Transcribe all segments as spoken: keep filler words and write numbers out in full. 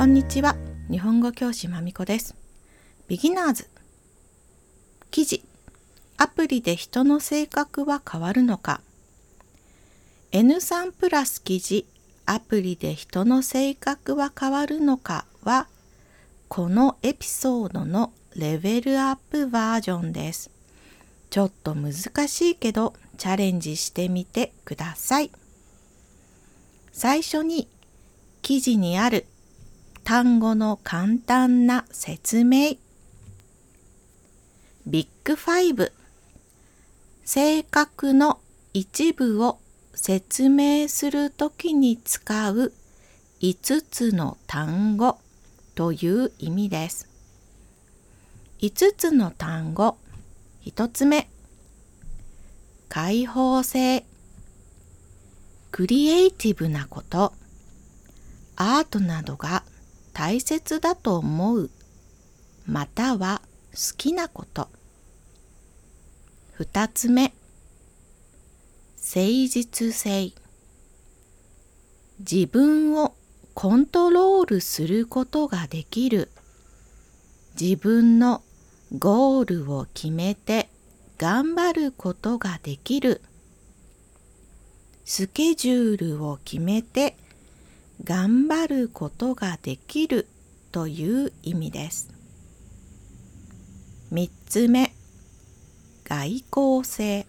んにちは。日本語教師まみこです。ビギナーズ記事、アプリで人の性格は変わるのか。 エヌスリー プラス記事、アプリで人の性格は変わるのかは、このエピソードのレベルアップバージョンです。ちょっと難しいけどチャレンジしてみてください。最初に記事にある単語の簡単な説明。ビッグファイブ、性格の一部を説明するときに使ういつつの単語という意味です。いつつの単語。ひとつめ、開放性、クリエイティブなこと、アートなどが大切だと思う、または好きなこと。ふたつめ、誠実性、自分をコントロールすることができる、自分のゴールを決めて頑張ることができる、スケジュールを決めて頑張ることができるという意味です。みっつめ、外交性、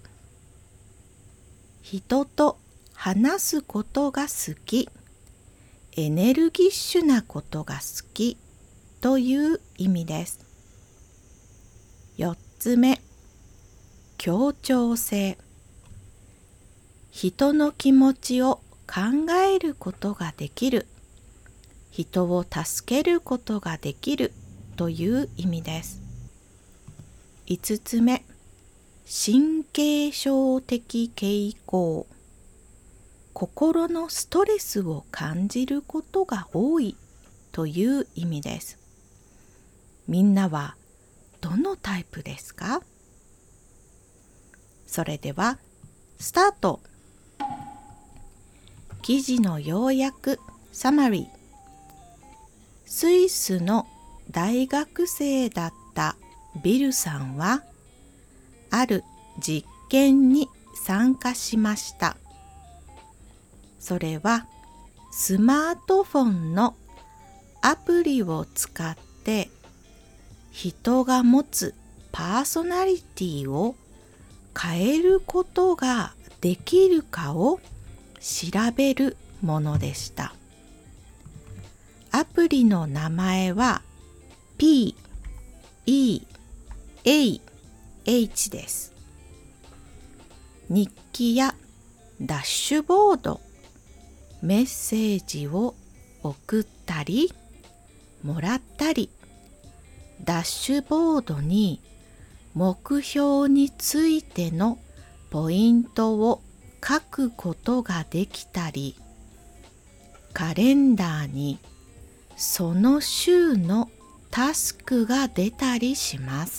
人と話すことが好き、エネルギッシュなことが好きという意味です。よっつめ、協調性、人の気持ちを考えることができる、人を助けることができるという意味です。いつつめ、神経症的傾向、心のストレスを感じることが多いという意味です。みんなはどのタイプですか？それではスタート。記事の要約、サマリー。スイスの大学生だったビルさんは、ある実験に参加しました。それはスマートフォンのアプリを使って人が持つパーソナリティを変えることができるかを調べるものでした。アプリの名前は ピーイーエーエイチ です。日記やダッシュボード、メッセージを送ったりもらったり、ダッシュボードに目標についてのポイントを書くことができたり、カレンダーにその週のタスクが出たりします。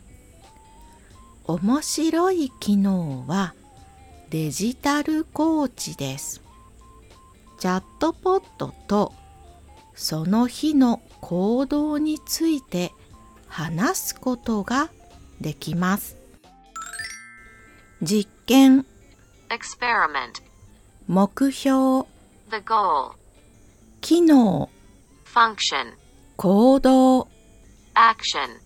面白い機能はデジタルコーチです。チャットポットとその日の行動について話すことができます。実験、 experiment, 目標、 the goal, 機能、 function, 行動。 action.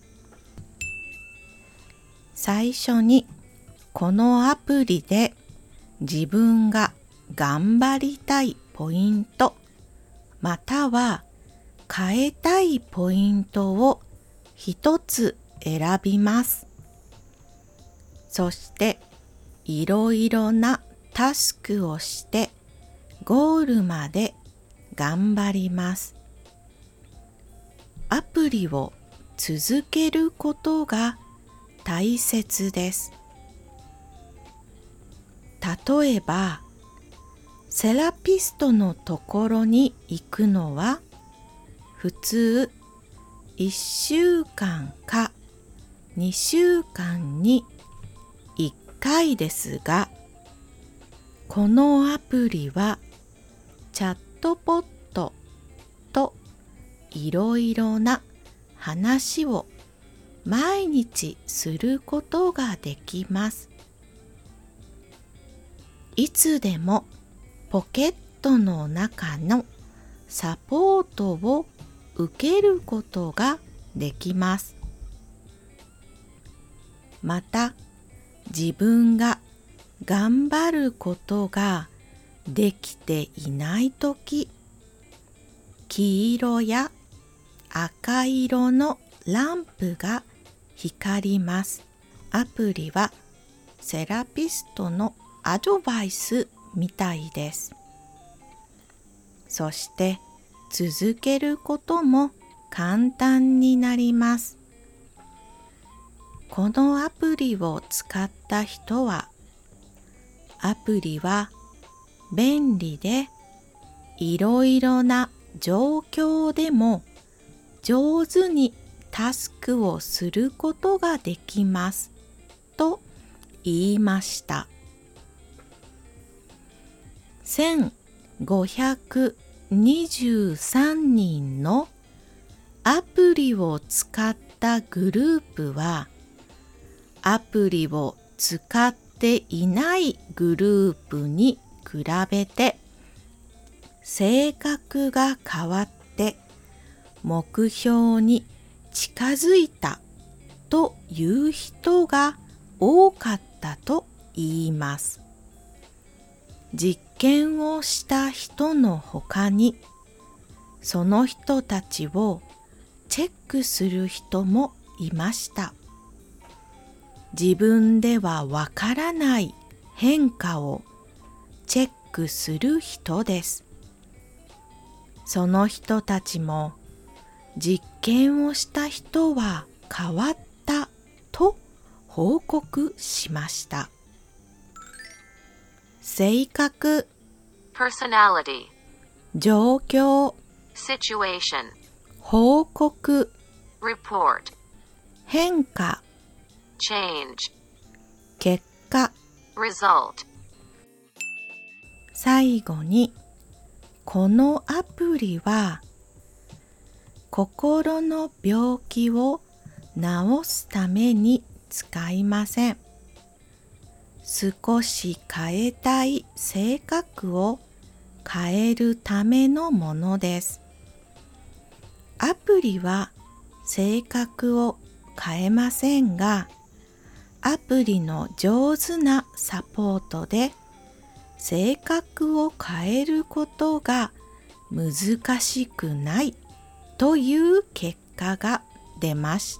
最初にこのアプリで自分が頑張りたいポイント、または変えたいポイントを一つ選びます。そしていろいろなタスクをしてゴールまで頑張ります。アプリを続けることが大切です。例えば、セラピストのところに行くのは普通いっしゅうかんかにしゅうかんにいっかいですが、このアプリはチャットボットといろいろな話を毎日することができます。いつでもポケットの中のサポートを受けることができます。また、自分が頑張ることができていないとき、黄色や赤色のランプが光ります。アプリはセラピストのアドバイスみたいです。そして続けることも簡単になります。このアプリを使った人は、アプリは便利でいろいろな状況でも上手にタスクをすることができますと言いました。せんごひゃくにじゅうさんにんのアプリを使ったグループは、アプリを使っていないグループに比べて性格が変わって目標に近づいたという人が多かったと言います。実験をした人のほかに、その人たちをチェックする人もいました。自分ではわからない変化をチェックする人です。その人たちも実験をした人は変わったと報告しました。性格、 personality, 状況、 situation, 報告、 report, 変化、 change, 結果。 result. 最後に、このアプリは心の病気を治すために使いません。少し変えたい性格を変えるためのものです。アプリは性格を変えませんが、アプリの上手なサポートで性格を変えることが難しくないという結果が出ました。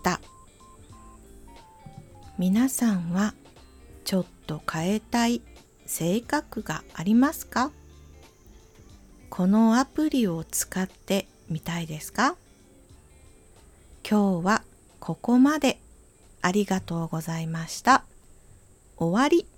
皆さんはちょっと変えたい性格がありますか？このアプリを使ってみたいですか？今日はここまで。ありがとうございました。終わり。